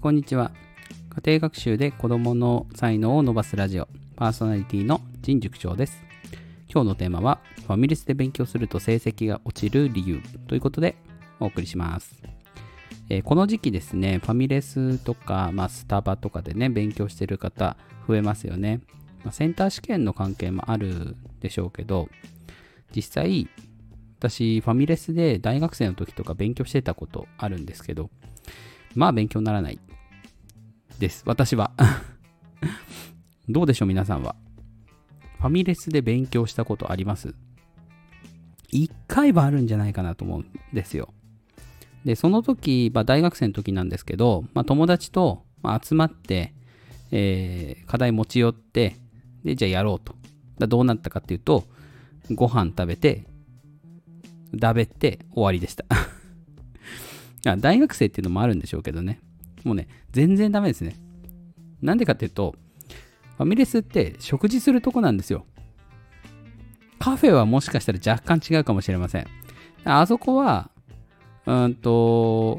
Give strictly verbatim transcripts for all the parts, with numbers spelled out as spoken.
こんにちは。家庭学習で子どもの才能を伸ばすラジオパーソナリティの陳塾長です。今日のテーマはファミレスで勉強すると成績が落ちる理由ということでお送りします。えー、この時期ですね、ファミレスとか、まあ、スタバとかでね勉強している方増えますよね。まあ、センター試験の関係もあるでしょうけど、実際私ファミレスで大学生の時とか勉強してたことあるんですけど、まあ勉強にならないです私はどうでしょう、皆さんはファミレスで勉強したことあります？一回はあるんじゃないかなと思うんですよ。でその時、まあ、大学生の時なんですけど、まあ、友達と集まって、えー、課題持ち寄ってでじゃあやろうと。だどうなったかっていうと、ご飯食べてだべって終わりでした大学生っていうのもあるんでしょうけどね、もうね全然ダメですね。なんでかっていうと、ファミレスって食事するとこなんですよ。カフェはもしかしたら若干違うかもしれません。あそこはうんと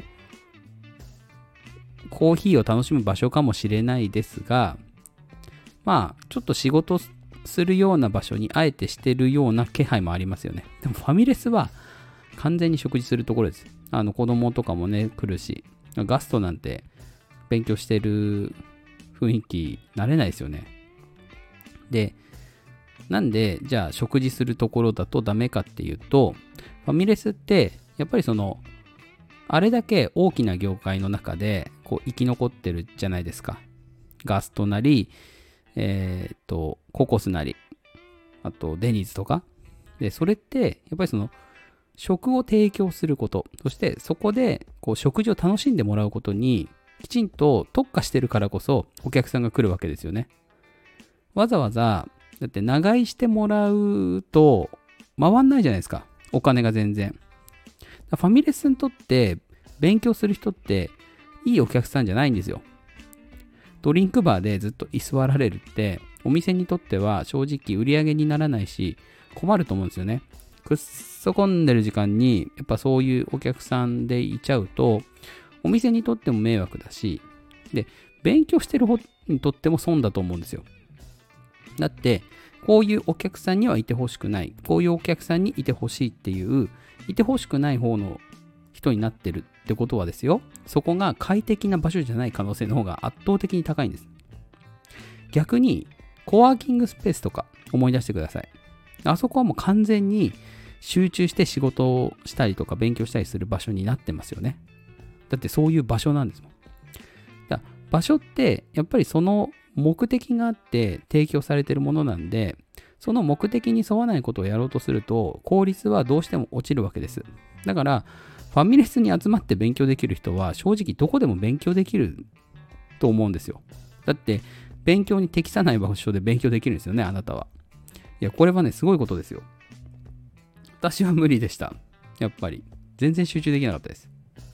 コーヒーを楽しむ場所かもしれないですが、まあちょっと仕事するような場所にあえてしてるような気配もありますよね。でもファミレスは完全に食事するところです。あの子供とかもね来るし、ガストなんて勉強してる雰囲気慣れないですよね。で、なんでじゃあ食事するところだとダメかっていうと、ファミレスってやっぱりそのあれだけ大きな業界の中でこう生き残ってるじゃないですか。ガストなり、えー、っとココスなり、あとデニーズとかで、それってやっぱりその食を提供すること、そしてそこでこう食事を楽しんでもらうことにきちんと特化してるからこそお客さんが来るわけですよね。わざわざだって長居してもらうと回んないじゃないですか、お金が全然。ファミレスにとって勉強する人っていいお客さんじゃないんですよ。ドリンクバーでずっと居座られるってお店にとっては正直売り上げにならないし困ると思うんですよね。くっそ混んでる時間にやっぱそういうお客さんでいちゃうとお店にとっても迷惑だし、で勉強してる方にとっても損だと思うんですよ。だってこういうお客さんにはいてほしくない、こういうお客さんにいてほしいっていう、いてほしくない方の人になってるってことはですよ、そこが快適な場所じゃない可能性の方が圧倒的に高いんです。逆にコワーキングスペースとか思い出してください。あそこはもう完全に集中して仕事をしたりとか勉強したりする場所になってますよね。だってそういう場所なんですもん。だ場所ってやっぱりその目的があって提供されているものなんで、その目的に沿わないことをやろうとすると効率はどうしても落ちるわけです。だからファミレスに集まって勉強できる人は正直どこでも勉強できると思うんですよ。だって勉強に適さない場所で勉強できるんですよね、あなたは。いやこれはねすごいことですよ。私は無理でした。やっぱり全然集中できなかったです。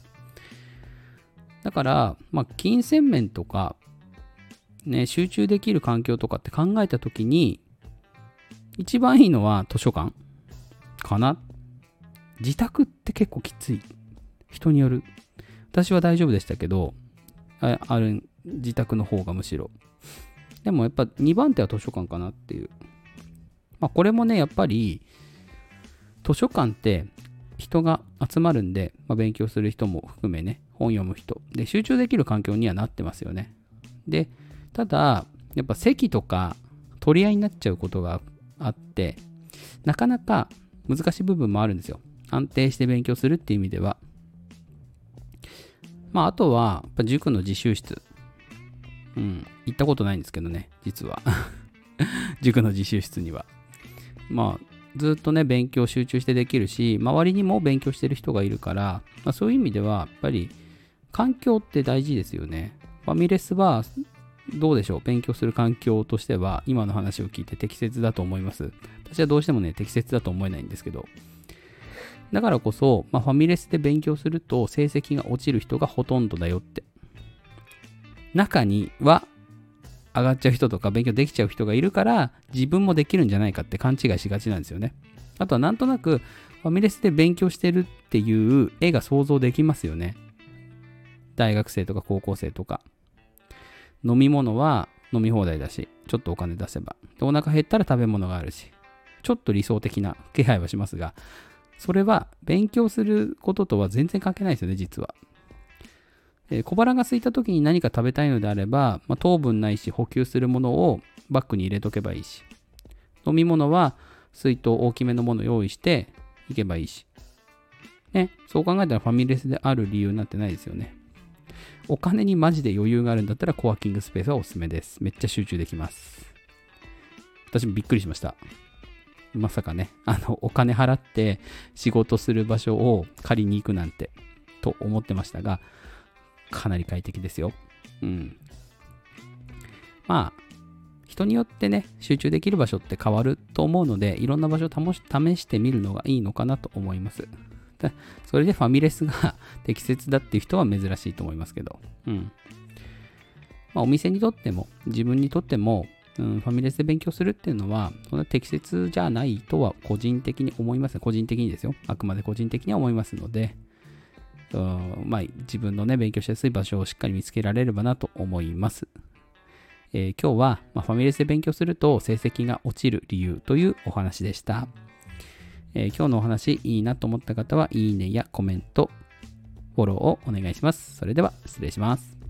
だからまあ金銭面とかね、集中できる環境とかって考えたときに一番いいのは図書館かな。自宅って結構きつい、人による。私は大丈夫でしたけど、あある自宅の方がむしろ。でもやっぱにばん手は図書館かなっていう。まあこれもねやっぱり図書館って人が集まるんで、まあ、勉強する人も含めね、本読む人で集中できる環境にはなってますよね。でただやっぱ席とか取り合いになっちゃうことがあって、なかなか難しい部分もあるんですよ。安定して勉強するっていう意味では。まああとはやっぱ塾の自習室、うん行ったことないんですけどね、実は塾の自習室にはまあずっとね勉強集中してできるし、周りにも勉強してる人がいるから、まあ、そういう意味ではやっぱり環境って大事ですよね。ファミレスはどうでしょう、勉強する環境としては今の話を聞いて適切だと思います。私はどうしてもね適切だと思えないんですけど、だからこそ、まあ、ファミレスで勉強すると成績が落ちる人がほとんどだよって。中には上がっちゃう人とか勉強できちゃう人がいるから自分もできるんじゃないかって勘違いしがちなんですよね。あとはなんとなくファミレスで勉強してるっていう絵が想像できますよね。 大学生とか高校生とか。飲み物は飲み放題だし、ちょっとお金出せば。で、お腹減ったら食べ物があるし、ちょっと理想的な気配はしますが、それは勉強することとは全然関係ないですよね、実は。えー小腹が空いた時に何か食べたいのであれば、まあ、糖分ないし補給するものをバッグに入れとけばいいし、飲み物は水筒大きめのものを用意していけばいいし、ね、そう考えたらファミレスである理由になってないですよね。お金にマジで余裕があるんだったらコワーキングスペースはおすすめです。めっちゃ集中できます。私もびっくりしました。まさかね、あの、お金払って仕事する場所を借りに行くなんて、と思ってましたが、かなり快適ですよ。うん。まあ、人によってね、集中できる場所って変わると思うので、いろんな場所を試してみるのがいいのかなと思います。それでファミレスが適切だっていう人は珍しいと思いますけど。うん。まあ、お店にとっても、自分にとっても、うん、ファミレスで勉強するっていうのは、そんな適切じゃないとは個人的に思います。個人的にですよ。あくまで個人的には思いますので、うん、まあ、自分のね、勉強しやすい場所をしっかり見つけられればなと思います。えー、今日は、まあ、ファミレスで勉強すると成績が落ちる理由というお話でした。えー、今日のお話いいなと思った方は、いいねやコメント、フォローをお願いします。それでは失礼します。